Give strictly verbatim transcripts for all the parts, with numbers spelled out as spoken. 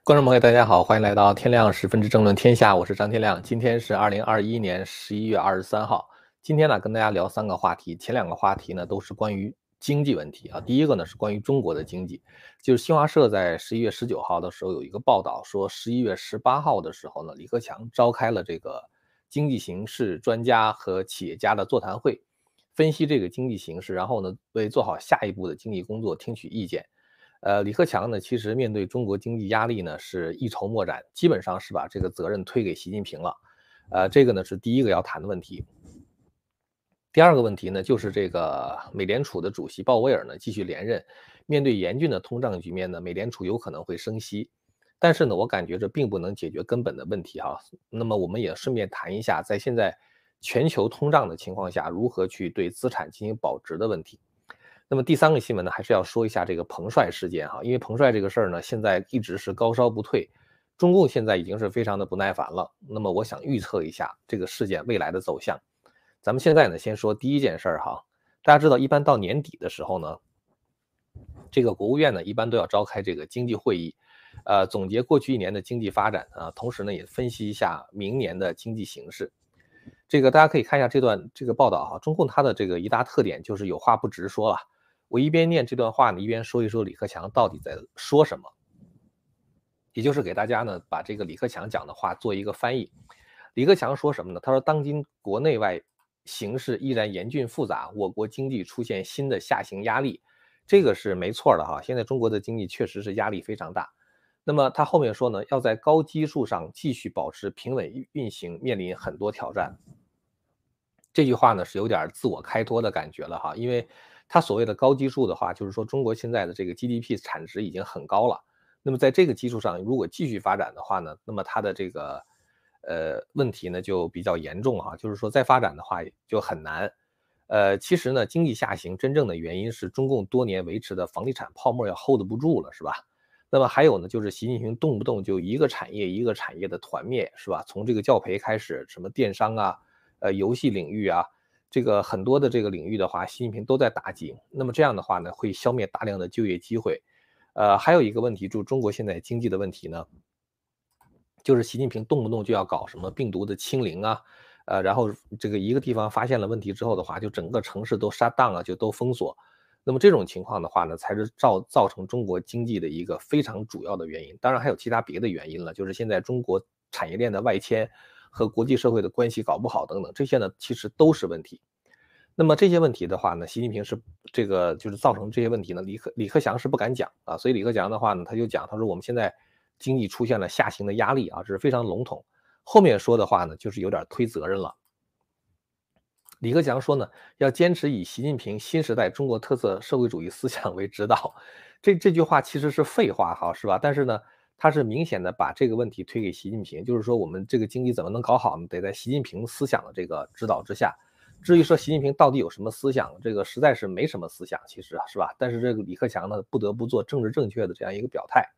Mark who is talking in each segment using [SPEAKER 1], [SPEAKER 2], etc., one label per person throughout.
[SPEAKER 1] 观众朋友，大家好，欢迎来到天亮十分之政论天下，我是张天亮。今天是二零二一年十一月二十三号。今天呢，跟大家聊三个话题，前两个话题呢都是关于经济问题啊。第一个呢是关于中国的经济，就是新华社在十一月十九号的时候有一个报道说，十一月十八号的时候呢，李克强召开了这个经济形势专家和企业家的座谈会，分析这个经济形势，然后呢为做好下一步的经济工作听取意见。呃，李克强呢，其实面对中国经济压力呢，是一筹莫展，基本上是把这个责任推给习近平了。呃，这个呢是第一个要谈的问题。第二个问题呢，就是这个美联储的主席鲍威尔呢继续连任，面对严峻的通胀局面呢，美联储有可能会升息，但是呢，我感觉这并不能解决根本的问题哈。那么我们也顺便谈一下，在现在全球通胀的情况下，如何去对资产进行保值的问题。那么第三个新闻呢，还是要说一下这个彭帅事件哈，因为彭帅这个事儿呢，现在一直是高烧不退，中共现在已经是非常的不耐烦了。那么我想预测一下这个事件未来的走向。咱们现在呢，先说第一件事儿哈，大家知道，一般到年底的时候呢，这个国务院呢一般都要召开这个经济会议，呃，总结过去一年的经济发展啊，同时呢也分析一下明年的经济形势。这个大家可以看一下这段这个报道哈，中共它的这个一大特点就是有话不直说了。我一边念这段话呢，一边说一说李克强到底在说什么，也就是给大家呢把这个李克强讲的话做一个翻译。李克强说什么呢？他说，当今国内外形势依然严峻复杂，我国经济出现新的下行压力，这个是没错的哈。现在中国的经济确实是压力非常大。那么他后面说呢，要在高基数上继续保持平稳运行，面临很多挑战。这句话呢是有点自我开脱的感觉了哈，因为他所谓的高基数的话，就是说中国现在的这个 G D P 产值已经很高了，那么在这个基础上如果继续发展的话呢，那么它的这个呃问题呢就比较严重哈，就是说再发展的话就很难。呃，其实呢，经济下行真正的原因是中共多年维持的房地产泡沫要 hold 不住了，是吧？那么还有呢，就是习近平动不动就一个产业一个产业的团灭，是吧？从这个教培开始，什么电商啊，呃，游戏领域啊，这个很多的这个领域的话，习近平都在打击。那么这样的话呢，会消灭大量的就业机会。呃，还有一个问题，就是中国现在经济的问题呢，就是习近平动不动就要搞什么病毒的清零啊，呃，然后这个一个地方发现了问题之后的话，就整个城市都 shut down 啊，就都封锁。那么这种情况的话呢，才是造造成中国经济的一个非常主要的原因。当然还有其他别的原因了，就是现在中国产业链的外迁和国际社会的关系搞不好等等，这些呢其实都是问题。那么这些问题的话呢，习近平是这个就是造成这些问题呢，李克李克强是不敢讲啊，所以李克强的话呢，他就讲，他说我们现在经济出现了下行的压力啊，这是非常笼统。后面说的话呢，就是有点推责任了。李克强说呢，要坚持以习近平新时代中国特色社会主义思想为指导。这这句话其实是废话哈，是吧？但是呢，他是明显的把这个问题推给习近平，就是说我们这个经济怎么能搞好呢？得在习近平思想的这个指导之下。至于说习近平到底有什么思想，这个实在是没什么思想，其实是吧？但是这个李克强呢，不得不做政治正确的这样一个表态。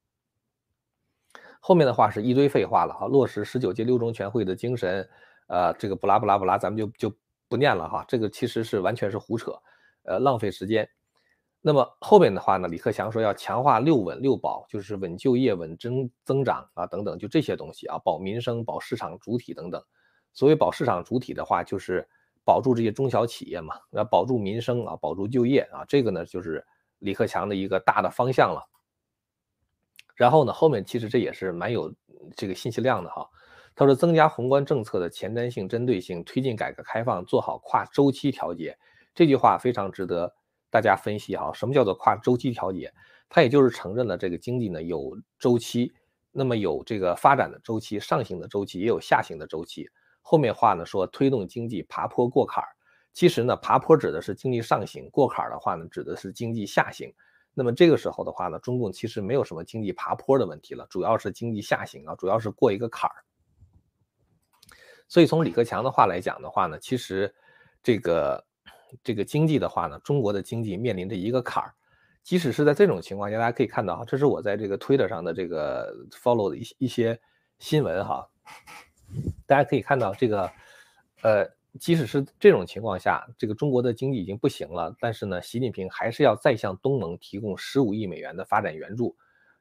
[SPEAKER 1] 后面的话是一堆废话了哈，落实十九届六中全会的精神，呃，这个不拉不拉不拉，咱们就就不念了哈，这个其实是完全是胡扯，呃，浪费时间。那么后面的话呢，李克强说要强化六稳六保，就是稳就业、稳增增长啊等等，就这些东西啊，保民生、保市场主体等等。所谓保市场主体的话，就是保住这些中小企业嘛，要保住民生啊，保住就业啊，这个呢就是李克强的一个大的方向了。然后呢，后面其实这也是蛮有这个信息量的哈。他说增加宏观政策的前瞻性、针对性，推进改革开放，做好跨周期调节。这句话非常值得大家分析哈。什么叫做跨周期调节？它也就是承认了这个经济呢有周期，那么有这个发展的周期、上行的周期，也有下行的周期。后面话呢说推动经济爬坡过坎儿，其实呢爬坡指的是经济上行，过坎儿的话呢指的是经济下行。那么这个时候的话呢，中共其实没有什么经济爬坡的问题了，主要是经济下行啊，主要是过一个坎儿。所以从李克强的话来讲的话呢，其实这个这个经济的话呢，中国的经济面临着一个坎儿。即使是在这种情况下，大家可以看到哈，这是我在这个 Twitter 上的这个 follow 的一一些新闻哈，大家可以看到这个呃。即使是这种情况下，这个中国的经济已经不行了，但是呢，习近平还是要再向东盟提供十五亿美元的发展援助，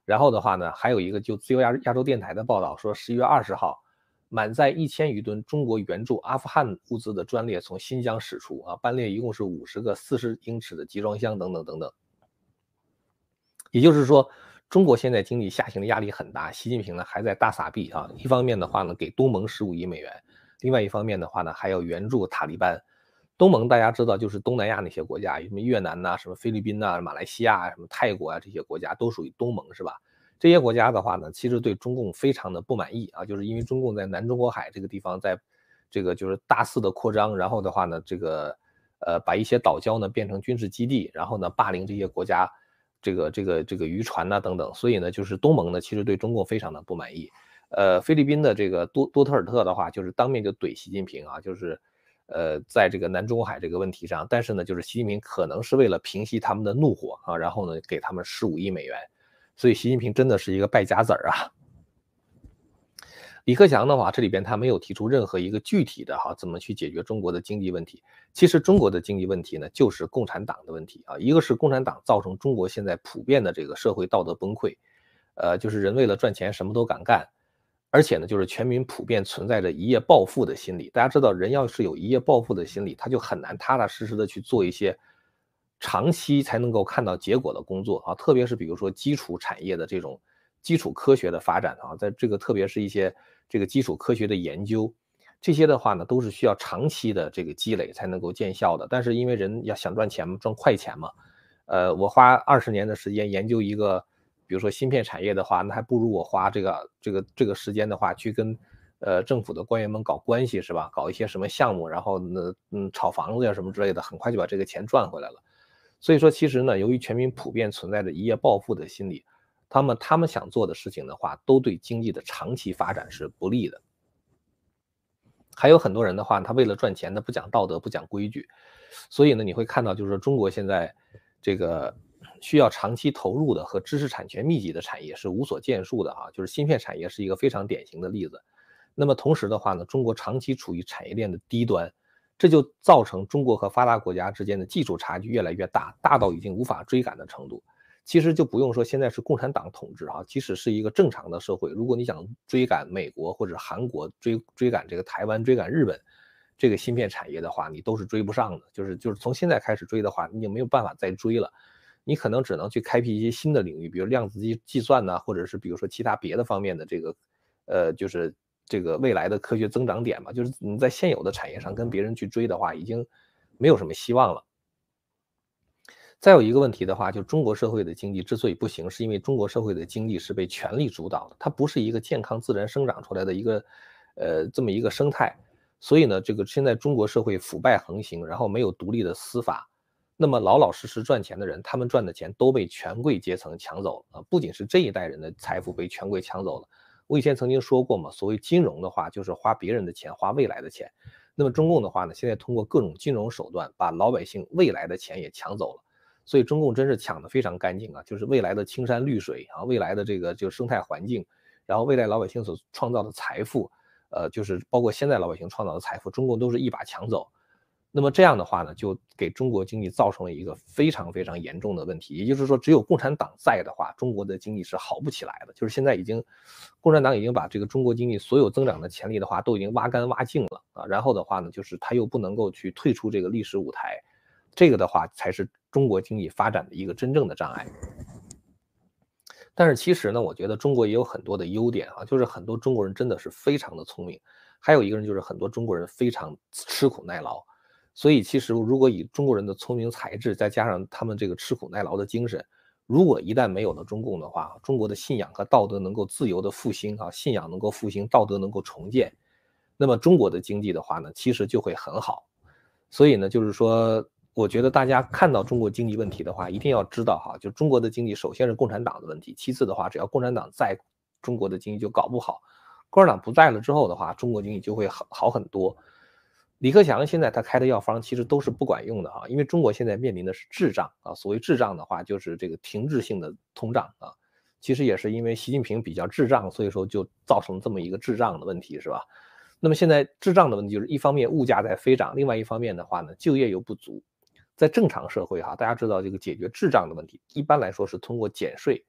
[SPEAKER 1] 然后的话呢，还有一个就自由亚亚洲电台的报道说，十一月二十号，满载一千余吨中国援助阿富汗物资的专列从新疆驶出啊，班列一共是五十个四十英尺的集装箱等等等等。也就是说，中国现在经济下行的压力很大，习近平呢还在大撒币啊，一方面的话呢给东盟十五亿美元，另外一方面的话呢还要援助塔利班。东盟大家知道就是东南亚那些国家，什么越南呐、啊、什么菲律宾呐、啊、马来西亚啊、什么泰国啊，这些国家都属于东盟是吧？这些国家的话呢，其实对中共非常的不满意啊，就是因为中共在南中国海这个地方，在这个就是大肆的扩张，然后的话呢，这个呃把一些岛礁呢变成军事基地，然后呢霸凌这些国家，这个这个这个渔船呐、啊、等等，所以呢，就是东盟呢其实对中共非常的不满意。呃，菲律宾的这个多多特尔特的话，就是当面就怼习近平啊，就是呃在这个南中国海这个问题上，但是呢，就是习近平可能是为了平息他们的怒火啊，然后呢给他们十五亿美元。所以习近平真的是一个败家子儿啊。李克强的话，这里边他没有提出任何一个具体的哈怎么去解决中国的经济问题。其实中国的经济问题呢，就是共产党的问题啊。一个是共产党造成中国现在普遍的这个社会道德崩溃，呃，就是人为了赚钱什么都敢干，而且呢，就是全民普遍存在着一夜暴富的心理。大家知道，人要是有一夜暴富的心理，他就很难踏踏实实的去做一些长期才能够看到结果的工作啊，特别是比如说基础产业的这种基础科学的发展啊，在这个特别是一些这个基础科学的研究，这些的话呢，都是需要长期的这个积累才能够见效的。但是因为人要想赚钱嘛，赚快钱嘛，呃，我花二十年的时间研究一个，比如说芯片产业的话，那还不如我花这个这个这个时间的话，去跟呃政府的官员们搞关系是吧？搞一些什么项目，然后呢，嗯，炒房子呀什么之类的，很快就把这个钱赚回来了。所以说，其实呢，由于全民普遍存在着一夜暴富的心理，他们他们想做的事情的话，都对经济的长期发展是不利的。还有很多人的话，他为了赚钱，他不讲道德，不讲规矩，所以呢，你会看到，就是说中国现在这个需要长期投入的和知识产权密集的产业是无所建树的啊，就是芯片产业是一个非常典型的例子。那么同时的话呢，中国长期处于产业链的低端，这就造成中国和发达国家之间的技术差距越来越大，大到已经无法追赶的程度。其实就不用说现在是共产党统治啊，即使是一个正常的社会，如果你想追赶美国或者韩国，追追赶这个台湾，追赶日本这个芯片产业的话，你都是追不上的。就是就是从现在开始追的话，你就没有办法再追了。你可能只能去开辟一些新的领域，比如量子计计算呐，或者是比如说其他别的方面的这个，呃，就是这个未来的科学增长点嘛。就是你在现有的产业上跟别人去追的话，已经没有什么希望了。再有一个问题的话，就中国社会的经济之所以不行，是因为中国社会的经济是被权力主导的，它不是一个健康自然生长出来的一个，呃，这么一个生态。所以呢，这个现在中国社会腐败横行，然后没有独立的司法，那么老老实实赚钱的人，他们赚的钱都被权贵阶层抢走了啊！不仅是这一代人的财富被权贵抢走了，我以前曾经说过嘛，所谓金融的话，就是花别人的钱，花未来的钱。那么中共的话呢，现在通过各种金融手段，把老百姓未来的钱也抢走了。所以中共真是抢得非常干净啊，就是未来的青山绿水啊，未来的这个就生态环境，然后未来老百姓所创造的财富，呃，就是包括现在老百姓创造的财富，中共都是一把抢走。那么这样的话呢，就给中国经济造成了一个非常非常严重的问题。也就是说，只有共产党在的话，中国的经济是好不起来的。就是现在已经，共产党已经把这个中国经济所有增长的潜力的话，都已经挖干挖净了啊。然后的话呢，就是他又不能够去退出这个历史舞台，这个的话才是中国经济发展的一个真正的障碍。但是其实呢，我觉得中国也有很多的优点啊，就是很多中国人真的是非常的聪明，还有一个人就是很多中国人非常吃苦耐劳。所以其实如果以中国人的聪明才智，再加上他们这个吃苦耐劳的精神，如果一旦没有了中共的话，中国的信仰和道德能够自由的复兴啊，信仰能够复兴，道德能够重建，那么中国的经济的话呢，其实就会很好。所以呢，就是说，我觉得大家看到中国经济问题的话，一定要知道哈，就中国的经济首先是共产党的问题，其次的话，只要共产党在，中国的经济就搞不好。共产党不在了之后的话，中国经济就会好好很多。李克强现在他开的药方其实都是不管用的啊，因为中国现在面临的是滞胀啊。所谓滞胀的话，就是这个停滞性的通胀啊。其实也是因为习近平比较滞胀，所以说就造成这么一个滞胀的问题，是吧？那么现在滞胀的问题就是一方面物价在飞涨，另外一方面的话呢，就业又不足。在正常社会哈，大家知道这个解决滞胀的问题，一般来说是通过减税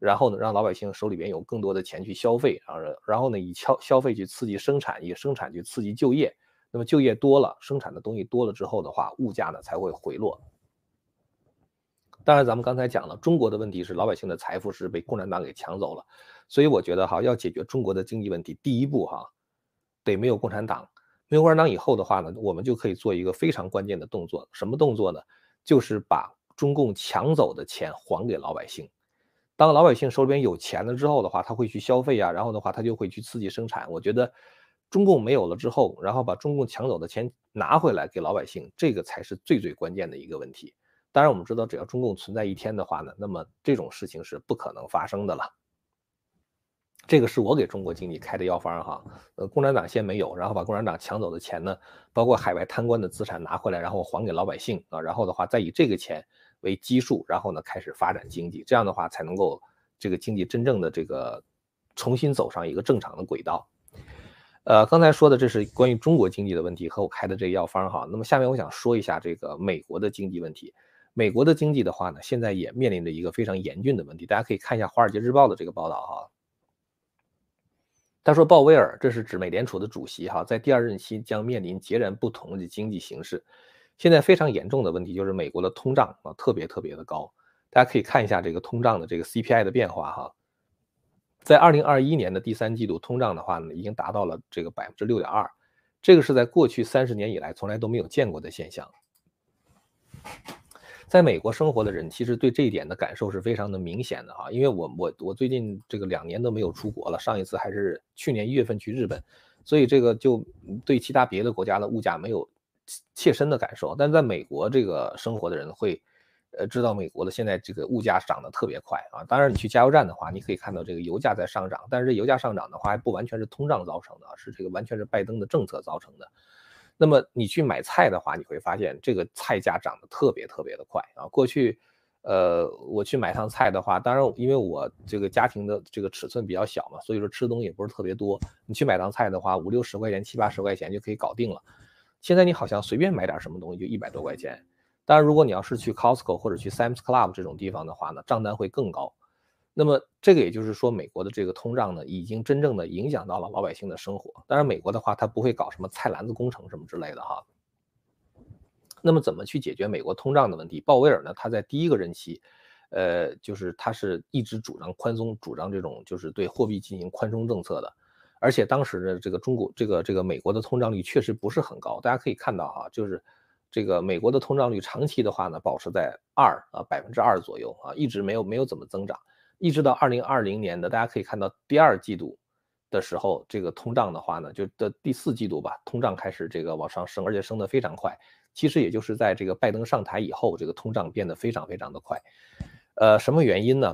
[SPEAKER 1] 然后呢，让老百姓手里边有更多的钱去消费，然后然后呢，以消消费去刺激生产，以生产去刺激就业。那么就业多了，生产的东西多了之后的话，物价呢才会回落。当然，咱们刚才讲了，中国的问题是老百姓的财富是被共产党给抢走了，所以我觉得哈，要解决中国的经济问题，第一步哈，得没有共产党。没有共产党以后的话呢，我们就可以做一个非常关键的动作，什么动作呢？就是把中共抢走的钱还给老百姓。当老百姓手里边有钱了之后的话，他会去消费啊，然后的话他就会去刺激生产。我觉得中共没有了之后，然后把中共抢走的钱拿回来给老百姓，这个才是最最关键的一个问题。当然我们知道，只要中共存在一天的话呢，那么这种事情是不可能发生的了。这个是我给中国经济开的药方哈，呃，共产党先没有，然后把共产党抢走的钱呢，包括海外贪官的资产拿回来，然后还给老百姓啊，然后的话再以这个钱为基数，然后呢开始发展经济，这样的话才能够这个经济真正的这个重新走上一个正常的轨道。呃，刚才说的这是关于中国经济的问题和我开的这个药方哈，那么下面我想说一下这个美国的经济问题。美国的经济的话呢，现在也面临着一个非常严峻的问题，大家可以看一下《华尔街日报》的这个报道哈。他说，鲍威尔，这是指美联储的主席哈，在第二任期将面临截然不同的经济形势。现在非常严重的问题就是美国的通胀啊，特别特别的高。大家可以看一下这个通胀的这个 C P I 的变化哈，在二零二一年的第三季度，通胀的话呢，已经达到了这个 百分之六点二， 这个是在过去三十年以来从来都没有见过的现象。在美国生活的人其实对这一点的感受是非常的明显的哈，因为我我我最近这个两年都没有出国了，上一次还是去年一月份去日本，所以这个就对其他别的国家的物价没有切身的感受，但是在美国这个生活的人会，呃，知道美国的现在这个物价涨得特别快啊。当然你去加油站的话，你可以看到这个油价在上涨，但是这油价上涨的话还不完全是通胀造成的，是这个完全是拜登的政策造成的。那么你去买菜的话，你会发现这个菜价涨得特别特别的快啊！过去，呃，我去买趟菜的话，当然因为我这个家庭的这个尺寸比较小嘛，所以说吃的东西也不是特别多。你去买趟菜的话，五六十块钱、七八十块钱就可以搞定了。现在你好像随便买点什么东西就一百多块钱。当然，如果你要是去 Costco 或者去 Sam's Club 这种地方的话呢，账单会更高。那么这个也就是说，美国的这个通胀呢，已经真正的影响到了老百姓的生活。当然，美国的话，它不会搞什么菜篮子工程什么之类的哈。那么怎么去解决美国通胀的问题？鲍威尔呢，他在第一个任期，呃，就是他是一直主张宽松，主张这种就是对货币进行宽松政策的。而且当时的这个中国，这个这个美国的通胀率确实不是很高。大家可以看到哈，就是这个美国的通胀率长期的话呢，保持在二啊百分之二左右啊，一直没有没有怎么增长。一直到二零二零年的，大家可以看到第二季度的时候，这个通胀的话呢，就的第四季度吧，通胀开始这个往上升，而且升得非常快。其实也就是在这个拜登上台以后，这个通胀变得非常非常的快。呃，什么原因呢？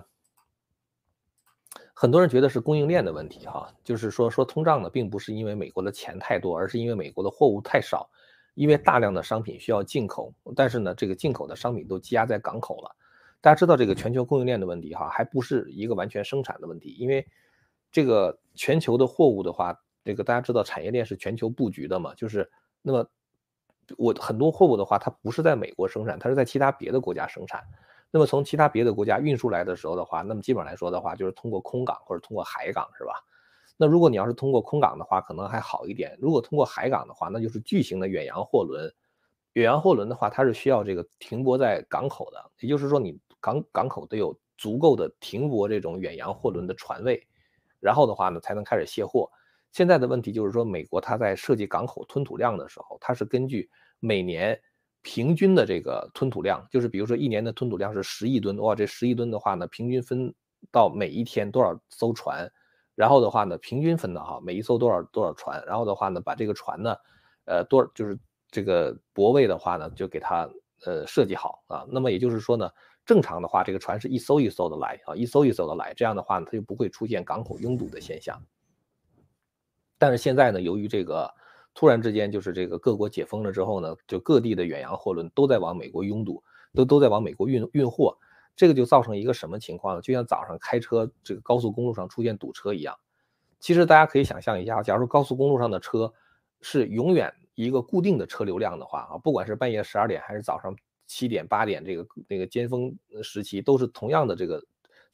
[SPEAKER 1] 很多人觉得是供应链的问题哈，就是说说通胀呢，并不是因为美国的钱太多，而是因为美国的货物太少，因为大量的商品需要进口，但是呢，这个进口的商品都积压在港口了。大家知道这个全球供应链的问题哈，还不是一个完全生产的问题，因为这个全球的货物的话，这个大家知道产业链是全球布局的嘛，就是那么我很多货物的话，它不是在美国生产，它是在其他别的国家生产。那么从其他别的国家运输来的时候的话，那么基本上来说的话，就是通过空港或者通过海港，是吧？那如果你要是通过空港的话，可能还好一点；如果通过海港的话，那就是巨型的远洋货轮。远洋货轮的话，它是需要这个停泊在港口的，也就是说，你港港口得有足够的停泊这种远洋货轮的船位，然后的话呢，才能开始卸货。现在的问题就是说，美国它在设计港口吞吐量的时候，它是根据每年平均的这个吞吐量，就是比如说一年的吞吐量是十亿吨，哇，这十亿吨的话呢，平均分到每一天多少艘船，然后的话呢，平均分的哈，每一艘多少多少船，然后的话呢，把这个船呢，呃，多就是这个泊位的话呢，就给它呃设计好啊。那么也就是说呢，正常的话，这个船是一艘一艘的来啊，一艘一艘的来，这样的话呢，它就不会出现港口拥堵的现象。但是现在呢，由于这个突然之间就是这个各国解封了之后呢，就各地的远洋货轮都在往美国拥堵，都都在往美国运运货，这个就造成一个什么情况呢？就像早上开车这个高速公路上出现堵车一样。其实大家可以想象一下，假如高速公路上的车是永远一个固定的车流量的话啊，不管是半夜十二点还是早上七点八点这个那个尖峰时期，都是同样的这个，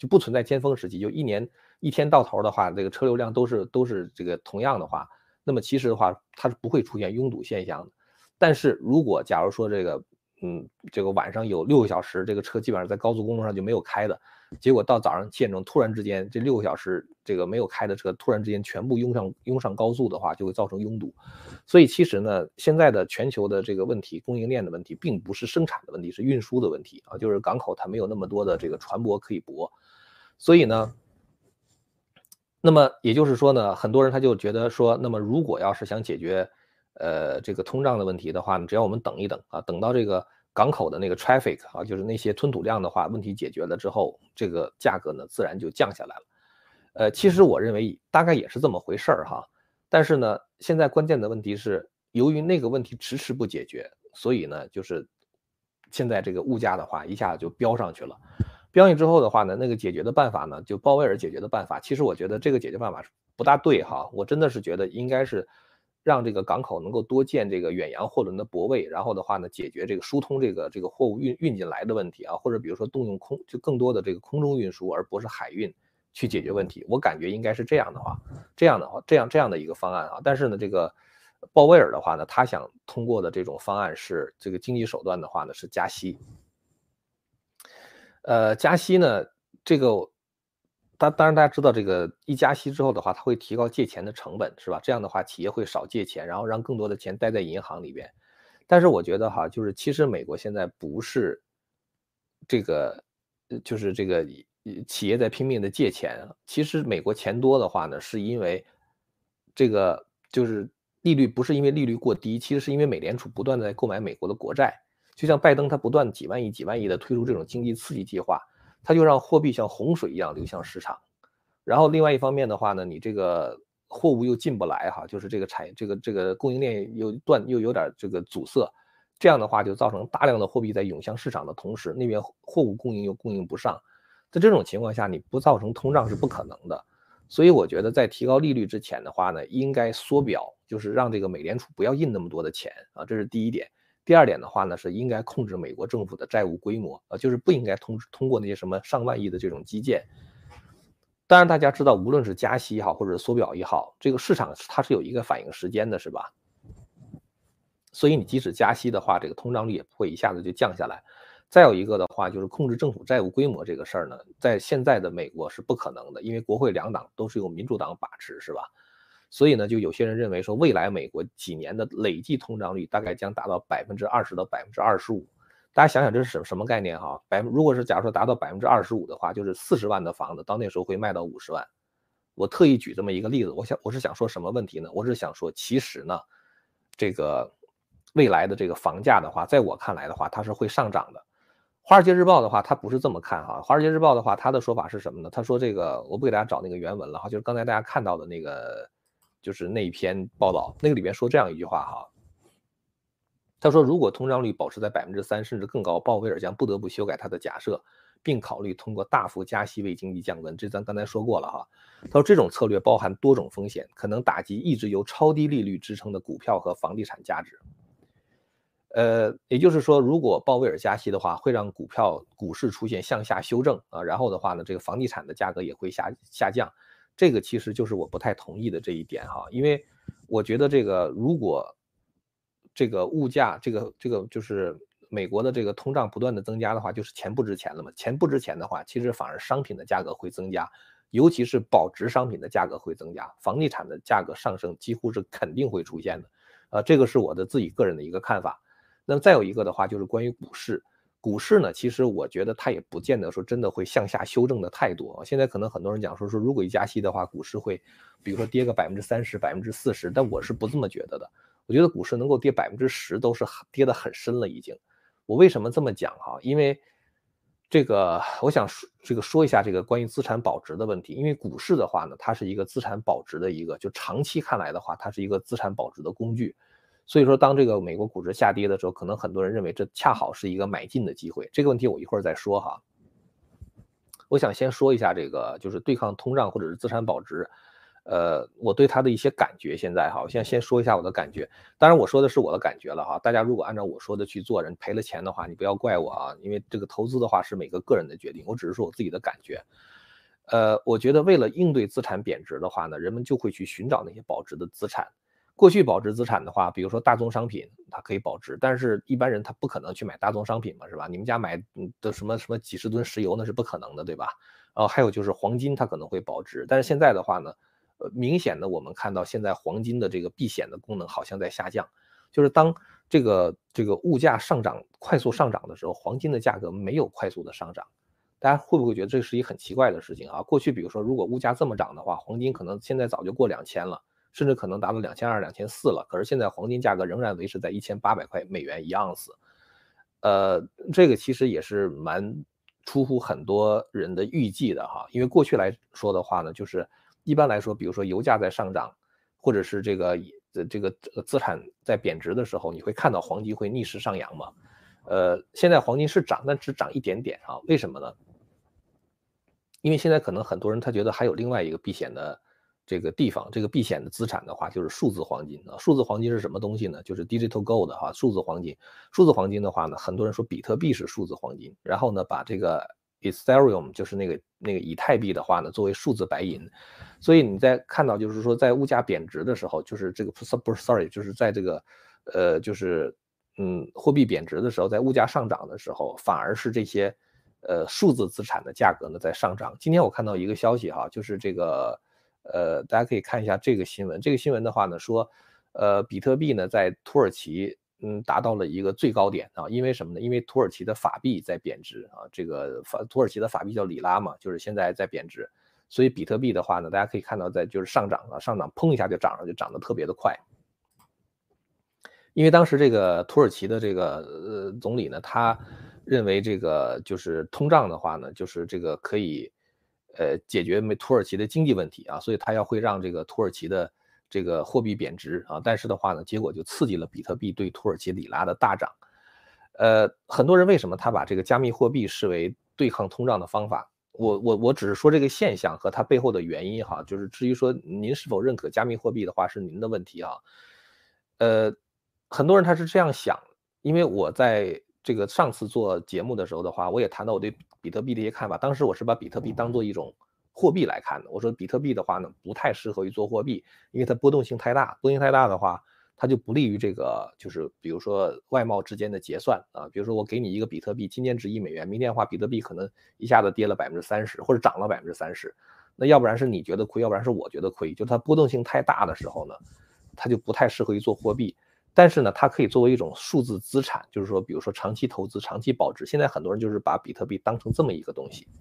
[SPEAKER 1] 就不存在尖峰时期，就一年一天到头的话，这个车流量都是都是这个同样的话，那么其实的话它是不会出现拥堵现象的。但是如果假如说这个嗯这个晚上有六个小时这个车基本上在高速公路上就没有开的，结果到早上七点钟突然之间这六个小时这个没有开的车突然之间全部拥上拥上高速的话，就会造成拥堵。所以其实呢，现在的全球的这个问题，供应链的问题，并不是生产的问题，是运输的问题啊，就是港口它没有那么多的这个船舶可以泊。所以呢，那么也就是说呢，很多人他就觉得说，那么如果要是想解决呃这个通胀的问题的话呢，只要我们等一等啊，等到这个港口的那个 traffic 啊，就是那些吞吐量的话，问题解决了之后，这个价格呢自然就降下来了。呃，其实我认为大概也是这么回事儿哈。但是呢，现在关键的问题是，由于那个问题迟迟不解决，所以呢，就是现在这个物价的话一下子就飙上去了。飙上去之后的话呢，那个解决的办法呢，就鲍威尔解决的办法，其实我觉得这个解决办法不大对哈。我真的是觉得应该是让这个港口能够多建这个远洋货轮的泊位，然后的话呢，解决这个疏通这个这个货物运运进来的问题啊，或者比如说动用空就更多的这个空中运输，而不是海运去解决问题。我感觉应该是这样的话，这样的话，这样这样的一个方案啊。但是呢，这个鲍威尔的话呢，他想通过的这种方案是这个经济手段的话呢是加息。呃，加息呢，这个当当然大家知道，这个一加息之后的话，它会提高借钱的成本，是吧？这样的话，企业会少借钱，然后让更多的钱待在银行里边。但是我觉得哈，就是其实美国现在不是这个，呃就是这个呃企业在拼命的借钱啊。其实美国钱多的话呢，是因为这个就是利率不是因为利率过低，其实是因为美联储不断的在购买美国的国债。就像拜登他不断几万亿、几万亿的推出这种经济刺激计划，他就让货币像洪水一样流向市场。然后另外一方面的话呢，你这个货物又进不来哈，就是这个产这个这个供应链又断又有点这个阻塞，这样的话就造成大量的货币在涌向市场的同时，那边货物供应又供应不上。在这种情况下，你不造成通胀是不可能的。所以我觉得在提高利率之前的话呢，应该缩表，就是让这个美联储不要印那么多的钱啊，这是第一点。第二点的话呢，是应该控制美国政府的债务规模啊，就是不应该通通过那些什么上万亿的这种基建。当然，大家知道，无论是加息也好，或者缩表也好，这个市场它是有一个反应时间的，是吧？所以你即使加息的话，这个通胀率也不会一下子就降下来。再有一个的话，就是控制政府债务规模这个事儿呢，在现在的美国是不可能的，因为国会两党都是由民主党把持，是吧？所以呢，就有些人认为说，未来美国几年的累计通胀率大概将达到百分之二十到百分之二十五。大家想想这是什什么概念哈？百如果是假如说达到百分之二十五的话，就是四十万的房子到那时候会卖到五十万。我特意举这么一个例子，我想我是想说什么问题呢？我是想说，其实呢，这个未来的这个房价的话，在我看来的话，它是会上涨的。华尔街日报的话，它不是这么看哈。华尔街日报的话，它的说法是什么呢？他说这个，我不给大家找那个原文了哈，就是刚才大家看到的那个，就是那一篇报道，那个里面说这样一句话哈。他说，如果通胀率保持在百分之三甚至更高，鲍威尔将不得不修改他的假设，并考虑通过大幅加息为经济降温。这咱刚才说过了哈。他说，这种策略包含多种风险，可能打击一直由超低利率支撑的股票和房地产价值。呃，也就是说，如果鲍威尔加息的话，会让股票、股市出现向下修正啊，然后的话呢，这个房地产的价格也会下下降。这个其实就是我不太同意的这一点哈，因为我觉得这个如果这个物价，这个这个就是美国的这个通胀不断的增加的话，就是钱不值钱了嘛。钱不值钱的话，其实反而商品的价格会增加，尤其是保值商品的价格会增加，房地产的价格上升几乎是肯定会出现的。呃，这个是我的自己个人的一个看法。那么再有一个的话，就是关于股市。股市呢，其实我觉得它也不见得说真的会向下修正的太多。现在可能很多人讲说说，如果一加息的话，股市会比如说跌个百分之三十、百分之四十，但我是不这么觉得的。我觉得股市能够跌百分之十都是跌得很深了已经。我为什么这么讲哈？因为这个我想说这个说一下这个关于资产保值的问题。因为股市的话呢，它是一个资产保值的一个，就长期看来的话，它是一个资产保值的工具。所以说，当这个美国股市下跌的时候，可能很多人认为这恰好是一个买进的机会。这个问题我一会儿再说哈。我想先说一下这个，就是对抗通胀或者是资产保值，呃，我对它的一些感觉。现在哈，我先先说一下我的感觉。当然，我说的是我的感觉了哈。大家如果按照我说的去做，人赔了钱的话，你不要怪我啊，因为这个投资的话是每个个人的决定。我只是说我自己的感觉。 呃，我觉得为了应对资产贬值的话呢，人们就会去寻找那些保值的资产。过去保值资产的话，比如说大宗商品，它可以保值，但是一般人他不可能去买大宗商品嘛，是吧？你们家买的什么什么几十吨石油那是不可能的，对吧？然后还有就是黄金，它可能会保值，但是现在的话呢，呃，明显的我们看到现在黄金的这个避险的功能好像在下降，就是当这个这个物价上涨快速上涨的时候，黄金的价格没有快速的上涨。大家会不会觉得这是一很奇怪的事情啊？过去比如说，如果物价这么涨的话，黄金可能现在早就过两千了，甚至可能达到两千二、两千四了。可是现在黄金价格仍然维持在一千八百块美元一盎司，呃，这个其实也是蛮出乎很多人的预计的哈。因为过去来说的话呢，就是一般来说，比如说油价在上涨，或者是这个这个资产在贬值的时候，你会看到黄金会逆势上扬嘛？呃，现在黄金是涨，但只涨一点点啊，为什么呢？因为现在可能很多人他觉得还有另外一个避险的这个地方，这个避险的资产的话就是数字黄金啊。数字黄金是什么东西呢？就是 digital gold 哈，数字黄金。数字黄金的话呢，很多人说比特币是数字黄金，然后呢把这个 Ethereum 就是那个那个以太币的话呢作为数字白银。所以你在看到就是说在物价贬值的时候，就是这个不是 sorry，就是在这个呃就是嗯货币贬值的时候，在物价上涨的时候，反而是这些。呃，数字资产的价格呢在上涨。今天我看到一个消息哈，就是这个，呃，大家可以看一下这个新闻。这个新闻的话呢说，呃，比特币呢在土耳其，嗯，达到了一个最高点啊。因为什么呢？因为土耳其的法币在贬值啊，这个法土耳其的法币叫里拉嘛，就是现在在贬值，所以比特币的话呢，大家可以看到在就是上涨啊，上涨砰一下就涨上，就涨得特别的快。因为当时这个土耳其的这个呃总理呢，他认为这个就是通胀的话呢，就是这个可以呃解决土耳其的经济问题啊，所以他要会让这个土耳其的这个货币贬值啊，但是的话呢，结果就刺激了比特币对土耳其里拉的大涨。呃，很多人为什么他把这个加密货币视为对抗通胀的方法？我我我只是说这个现象和它背后的原因哈，就是至于说您是否认可加密货币的话是您的问题啊。呃，很多人他是这样想，因为我在这个上次做节目的时候的话，我也谈到我对比特币的一些看法。当时我是把比特币当做一种货币来看的。我说比特币的话呢，不太适合于做货币，因为它波动性太大，波动性太大的话，它就不利于这个就是比如说外贸之间的结算啊。比如说我给你一个比特币，今天值一美元，明天的话比特币可能一下子跌了百分之三十，或者涨了百分之三十，那要不然是你觉得亏，要不然是我觉得亏，就它波动性太大的时候呢，它就不太适合于做货币。但是呢，它可以作为一种数字资产，就是说，比如说长期投资、长期保值。现在很多人就是把比特币当成这么一个东西。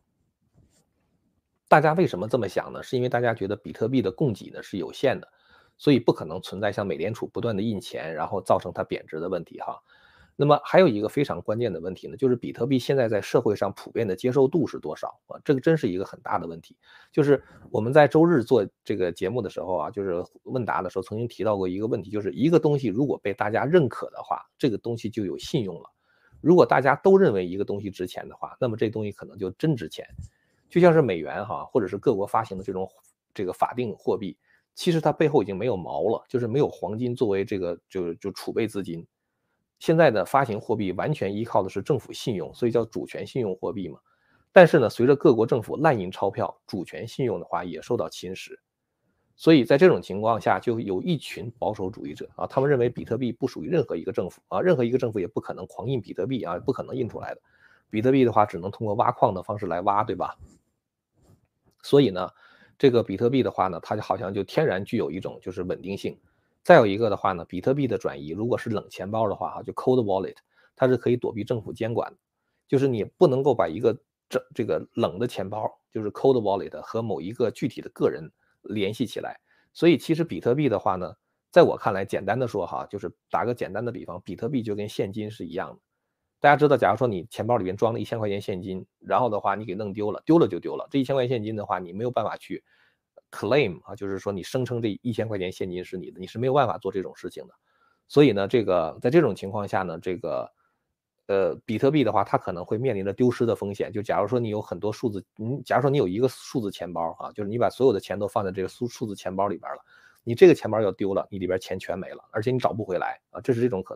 [SPEAKER 1] 大家为什么这么想呢？是因为大家觉得比特币的供给呢是有限的，所以不可能存在像美联储不断的印钱，然后造成它贬值的问题哈。那么还有一个非常关键的问题呢，就是比特币现在在社会上普遍的接受度是多少啊？这个真是一个很大的问题。就是我们在周日做这个节目的时候啊，就是问答的时候曾经提到过一个问题，就是一个东西如果被大家认可的话，这个东西就有信用了。如果大家都认为一个东西值钱的话，那么这东西可能就真值钱。就像是美元哈，或者是各国发行的这种这个法定货币，其实它背后已经没有毛了，就是没有黄金作为这个就就储备资金。现在的发行货币完全依靠的是政府信用，所以叫主权信用货币嘛。但是呢，随着各国政府滥印钞票，主权信用的话也受到侵蚀。所以在这种情况下，就有一群保守主义者啊，他们认为比特币不属于任何一个政府啊，任何一个政府也不可能狂印比特币啊，不可能印出来的。比特币的话，只能通过挖矿的方式来挖，对吧？所以呢，这个比特币的话呢，它就好像就天然具有一种就是稳定性。再有一个的话呢，比特币的转移如果是冷钱包的话，哈，就 cold wallet，它是可以躲避政府监管的，就是你不能够把一个这这个冷的钱包，就是 cold wallet 和某一个具体的个人联系起来。所以其实比特币的话呢，在我看来，简单的说哈，就是打个简单的比方，比特币就跟现金是一样的。大家知道，假如说你钱包里面装了一千块钱现金，然后的话你给弄丢了，丢了就丢了。这一千块钱现金的话，你没有办法去 claim 啊，就是说你声称这一千块钱现金是你的，你是没有办法做这种事情的。所以呢，这个在这种情况下呢，这个呃比特币的话，它可能会面临着丢失的风险。就假如说你有很多数字，你假如说你有一个数字钱包啊，就是你把所有的钱都放在这个数数字钱包里边了，你这个钱包要丢了，你里边钱全没了，而且你找不回来啊，这是这种可能。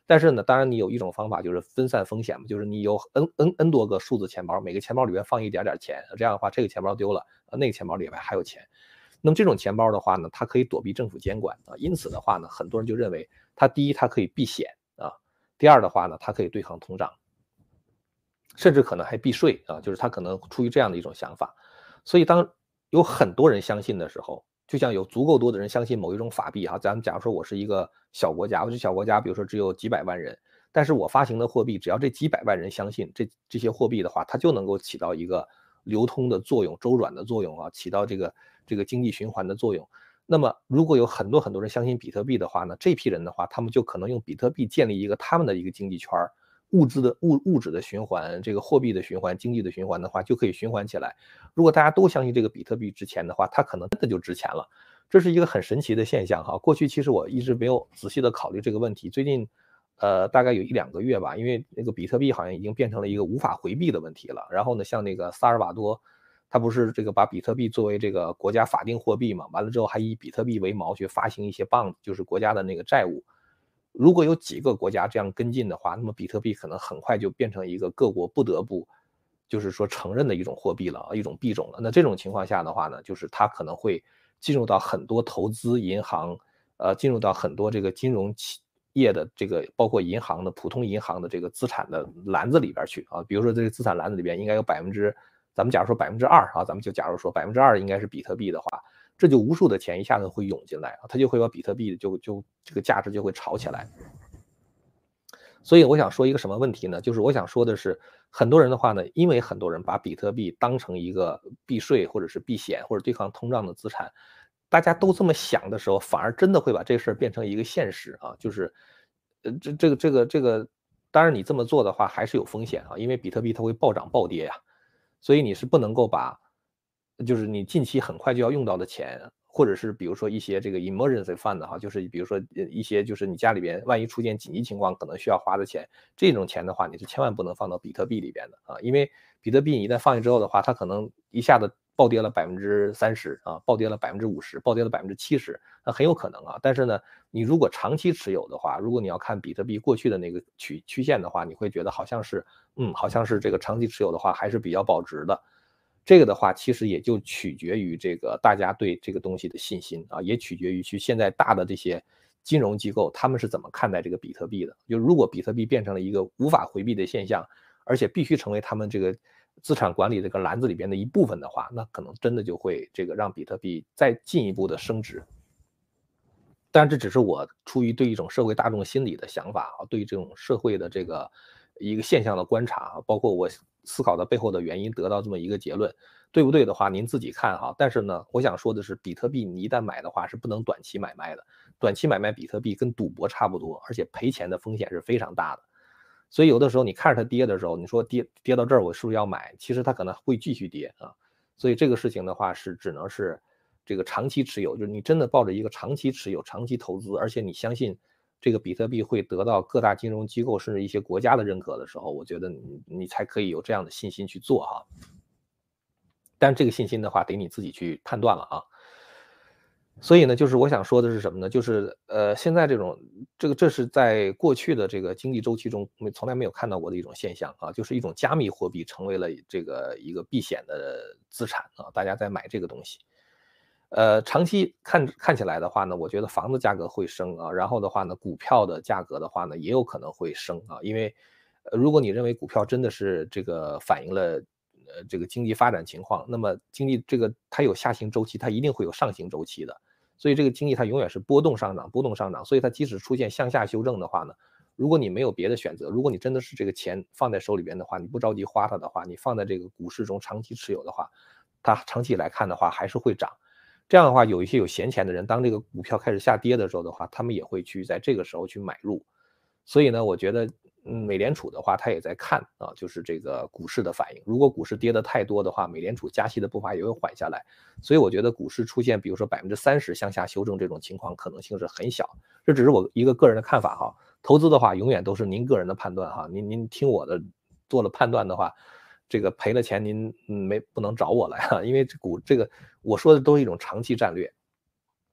[SPEAKER 1] 但是呢，当然你有一种方法就是分散风险嘛，就是你有 n n n 多个数字钱包，每个钱包里面放一点点钱，这样的话这个钱包丢了，那个钱包里面还有钱。那么这种钱包的话呢，它可以躲避政府监管啊，因此的话呢，很多人就认为它第一它可以避险啊，第二的话呢，它可以对抗通胀，甚至可能还避税啊，就是它可能出于这样的一种想法。所以当有很多人相信的时候，就像有足够多的人相信某一种法币哈，咱们假如说我是一个小国家，我这小国家比如说只有几百万人，但是我发行的货币，只要这几百万人相信这这些货币的话，它就能够起到一个流通的作用、周转的作用啊，起到这个这个经济循环的作用。那么如果有很多很多人相信比特币的话呢，这批人的话，他们就可能用比特币建立一个他们的一个经济圈儿。物资的物物质的循环，这个货币的循环，经济的循环的话，就可以循环起来。如果大家都相信这个比特币值钱的话，它可能真的就值钱了。这是一个很神奇的现象哈。过去其实我一直没有仔细的考虑这个问题，最近呃大概有一两个月吧，因为那个比特币好像已经变成了一个无法回避的问题了。然后呢，像那个萨尔瓦多，他不是这个把比特币作为这个国家法定货币嘛，完了之后还以比特币为锚去发行一些 bond，就是国家的那个债务。如果有几个国家这样跟进的话，那么比特币可能很快就变成一个各国不得不就是说承认的一种货币了，一种币种了。那这种情况下的话呢，就是它可能会进入到很多投资银行，呃，进入到很多这个金融企业的这个包括银行的普通银行的这个资产的篮子里边去啊。比如说这个资产篮子里边应该有百分之，咱们假如说百分之二啊，咱们就假如说百分之二应该是比特币的话，这就无数的钱一下子会涌进来啊，它就会把比特币就就这个价值就会炒起来。所以我想说一个什么问题呢？就是我想说的是，很多人的话呢，因为很多人把比特币当成一个避税或者是避险或者对抗通胀的资产，大家都这么想的时候，反而真的会把这事儿变成一个现实啊，就是，呃，这这个这个这个，当然你这么做的话还是有风险啊，因为比特币它会暴涨暴跌呀，所以你是不能够把，就是你近期很快就要用到的钱，或者是比如说一些这个 emergency fund 哈，就是比如说呃一些就是你家里边万一出现紧急情况可能需要花的钱，这种钱的话你是千万不能放到比特币里边的啊，因为比特币一旦放进之后的话，它可能一下子暴跌了百分之三十啊，暴跌了百分之五十，暴跌了百分之七十，那很有可能啊。但是呢，你如果长期持有的话，如果你要看比特币过去的那个曲曲线的话，你会觉得好像是嗯，好像是这个长期持有的话还是比较保值的。这个的话，其实也就取决于这个大家对这个东西的信心啊，也取决于去现在大的这些金融机构他们是怎么看待这个比特币的。就如果比特币变成了一个无法回避的现象，而且必须成为他们这个资产管理这个篮子里边的一部分的话，那可能真的就会这个让比特币再进一步的升值。但这只是我出于对一种社会大众心理的想法啊，对于这种社会的这个一个现象的观察啊，包括我思考的背后的原因，得到这么一个结论，对不对的话您自己看哈。但是呢，我想说的是，比特币你一旦买的话是不能短期买卖的，短期买卖比特币跟赌博差不多，而且赔钱的风险是非常大的。所以有的时候你看着它跌的时候，你说跌跌到这儿我是不是要买？其实它可能会继续跌啊。所以这个事情的话是只能是这个长期持有，就是你真的抱着一个长期持有、长期投资，而且你相信这个比特币会得到各大金融机构甚至一些国家的认可的时候，我觉得你你才可以有这样的信心去做哈。但这个信心的话，得你自己去判断了啊。所以呢，就是我想说的是什么呢？就是呃，现在这种这个这是在过去的这个经济周期中，没从来没有看到过的一种现象啊，就是一种加密货币成为了这个一个避险的资产啊，大家在买这个东西。呃，长期看看起来的话呢，我觉得房子价格会升啊，然后的话呢，股票的价格的话呢，也有可能会升啊，因为，呃，如果你认为股票真的是这个反映了，呃，这个经济发展情况，那么经济这个它有下行周期，它一定会有上行周期的，所以这个经济它永远是波动上涨，波动上涨，所以它即使出现向下修正的话呢，如果你没有别的选择，如果你真的是这个钱放在手里边的话，你不着急花它的话，你放在这个股市中长期持有的话，它长期来看的话还是会涨。这样的话，有一些有闲钱的人，当这个股票开始下跌的时候的话，他们也会去在这个时候去买入。所以呢，我觉得，嗯，美联储的话，它也在看啊，就是这个股市的反应。如果股市跌得太多的话，美联储加息的步伐也会缓下来。所以我觉得股市出现比如说百分之三十向下修正这种情况可能性是很小。这只是我一个个人的看法哈。投资的话，永远都是您个人的判断哈。您您听我的做了判断的话，这个赔了钱您没不能找我来哈，因为这股这个我说的都是一种长期战略。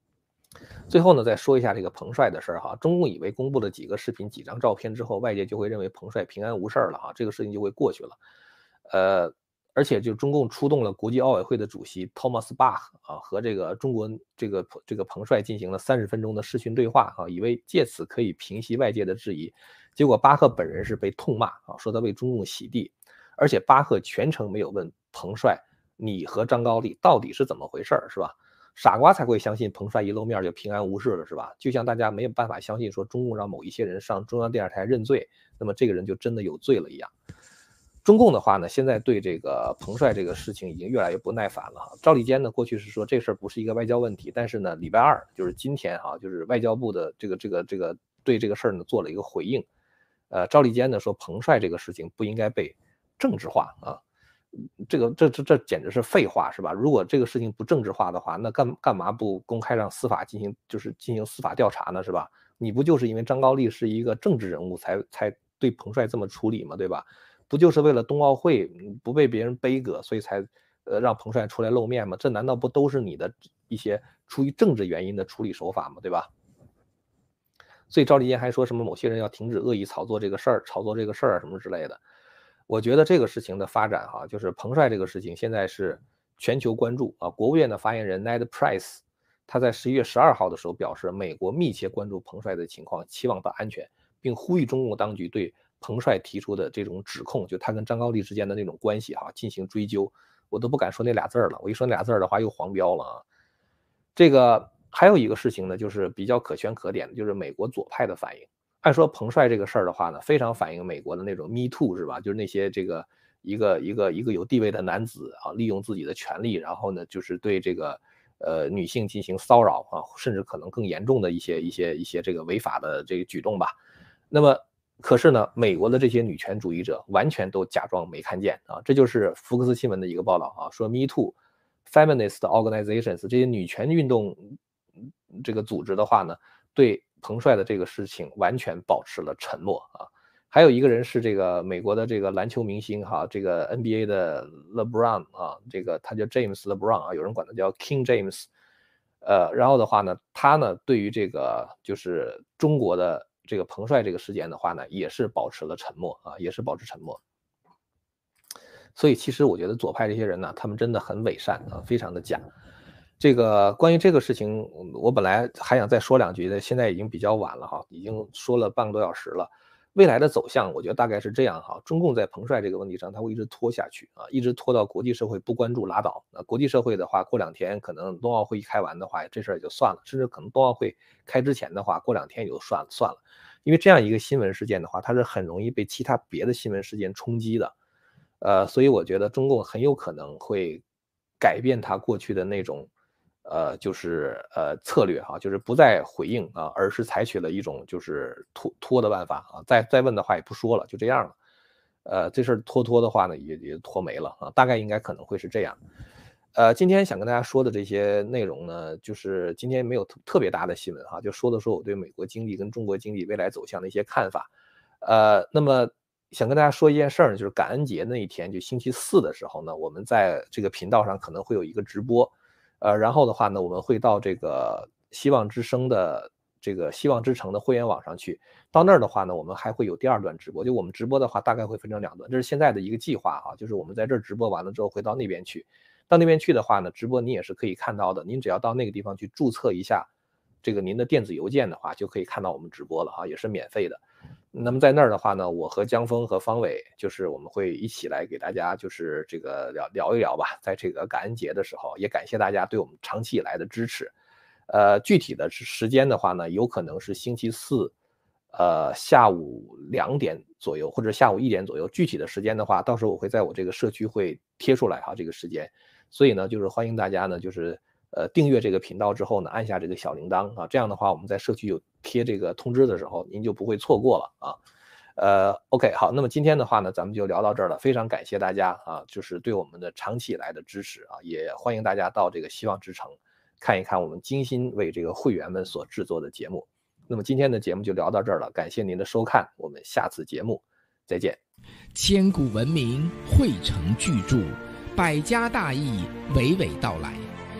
[SPEAKER 1] 最后呢，再说一下这个彭帅的事儿哈。中共以为公布了几个视频、几张照片之后，外界就会认为彭帅平安无事了哈，这个事情就会过去了。呃，而且就中共出动了国际奥委会的主席 Thomas Bach 啊，和这个中国这个这个彭帅进行了三十分钟的视讯对话啊，以为借此可以平息外界的质疑。结果巴赫本人是被痛骂啊，说他为中共洗地，而且巴赫全程没有问彭帅你和张高丽到底是怎么回事是吧？傻瓜才会相信彭帅一露面就平安无事了是吧？就像大家没有办法相信说中共让某一些人上中央电视台认罪，那么这个人就真的有罪了一样。中共的话呢，现在对这个彭帅这个事情已经越来越不耐烦了。赵立坚呢，过去是说这事儿不是一个外交问题，但是呢，礼拜二就是今天哈，就是外交部的这个这个这个对这个事儿呢做了一个回应。呃，赵立坚呢说彭帅这个事情不应该被政治化啊，这个这这这简直是废话是吧？如果这个事情不政治化的话，那干干嘛不公开让司法进行就是进行司法调查呢是吧？你不就是因为张高丽是一个政治人物才才对彭帅这么处理吗？对吧？不就是为了冬奥会不被别人背锅，所以才呃让彭帅出来露面吗？这难道不都是你的一些出于政治原因的处理手法吗？对吧？所以赵立坚还说什么某些人要停止恶意炒作这个事儿，炒作这个事儿什么之类的。我觉得这个事情的发展哈，就是彭帅这个事情现在是全球关注啊。国务院的发言人 Ned Price 他在十一月十二号的时候表示，美国密切关注彭帅的情况，期望他安全，并呼吁中共当局对彭帅提出的这种指控，就他跟张高丽之间的那种关系哈，进行追究。我都不敢说那俩字了，我一说那俩字的话又黄标了啊。这个还有一个事情呢，就是比较可圈可点的，就是美国左派的反应。按说彭帅这个事儿的话呢，非常反映美国的那种 Me Too 是吧？就是那些这个一个一个一个有地位的男子啊，利用自己的权利，然后呢，就是对这个呃女性进行骚扰啊，甚至可能更严重的一些一些一些这个违法的这个举动吧。那么，可是呢，美国的这些女权主义者完全都假装没看见啊，这就是福克斯新闻的一个报道啊，说 Me Too。Feminist organizations 这些女权运动这个组织的话呢，对彭帅的这个事情完全保持了沉默啊。还有一个人是这个美国的这个篮球明星哈，这个 N B A 的 LeBron 啊，这个他叫 James LeBron 啊，有人管他叫 King James。呃，然后的话呢，他呢对于这个就是中国的这个彭帅这个事件的话呢，也是保持了沉默啊，也是保持沉默。所以其实我觉得左派这些人呢，他们真的很伪善啊，非常的假。这个关于这个事情，我本来还想再说两句的，现在已经比较晚了哈，已经说了半个多小时了。未来的走向，我觉得大概是这样哈，中共在彭帅这个问题上，他会一直拖下去啊，一直拖到国际社会不关注拉倒。那国际社会的话，过两天可能冬奥会一开完的话，这事儿也就算了，甚至可能冬奥会开之前的话，过两天也就算了算了。因为这样一个新闻事件的话，它是很容易被其他别的新闻事件冲击的。呃，所以我觉得中共很有可能会改变他过去的那种，呃，就是呃策略哈，就是不再回应啊，而是采取了一种就是拖拖的办法啊，再再问的话也不说了，就这样了。呃，这事儿拖拖的话呢，也也拖没了啊，大概应该可能会是这样。呃，今天想跟大家说的这些内容呢，就是今天没有特特别大的新闻哈，就说的说我对美国经济跟中国经济未来走向的一些看法。呃，那么想跟大家说一件事儿呢，就是感恩节那一天，就星期四的时候呢，我们在这个频道上可能会有一个直播。呃，然后的话呢，我们会到这个希望之声的这个希望之城的会员网上去。到那儿的话呢，我们还会有第二段直播。就我们直播的话，大概会分成两段，这是现在的一个计划啊，就是我们在这儿直播完了之后，会到那边去。到那边去的话呢，直播你也是可以看到的。您只要到那个地方去注册一下这个您的电子邮件的话，就可以看到我们直播了啊，也是免费的。那么在那儿的话呢，我和江峰和方伟，就是我们会一起来给大家就是这个聊聊一聊吧，在这个感恩节的时候，也感谢大家对我们长期以来的支持。呃，具体的时间的话呢，有可能是星期四，呃，下午两点左右，或者下午一点左右。具体的时间的话，到时候我会在我这个社区会贴出来哈，这个时间。所以呢，就是欢迎大家呢，就是呃订阅这个频道之后呢，按下这个小铃铛啊，这样的话我们在社区有贴这个通知的时候，您就不会错过了啊。呃 ，OK， 好，那么今天的话呢，咱们就聊到这儿了，非常感谢大家啊，就是对我们的长期以来的支持啊，也欢迎大家到这个希望之城看一看我们精心为这个会员们所制作的节目。那么今天的节目就聊到这儿了，感谢您的收看，我们下次节目再见。
[SPEAKER 2] 千古文明汇成巨著，百家大义娓娓道来。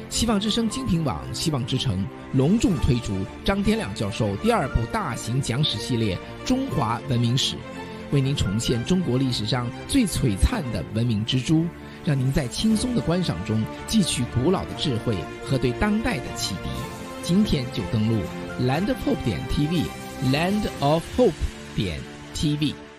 [SPEAKER 2] 希望之声精品网、希望之城隆重推出张天亮教授第二部大型讲史系列《中华文明史》，为您重现中国历史上最璀璨的文明之珠，让您在轻松的观赏中汲取古老的智慧和对当代的启迪。今天就登录 land of hope 点 tv， land of hope 点 tv。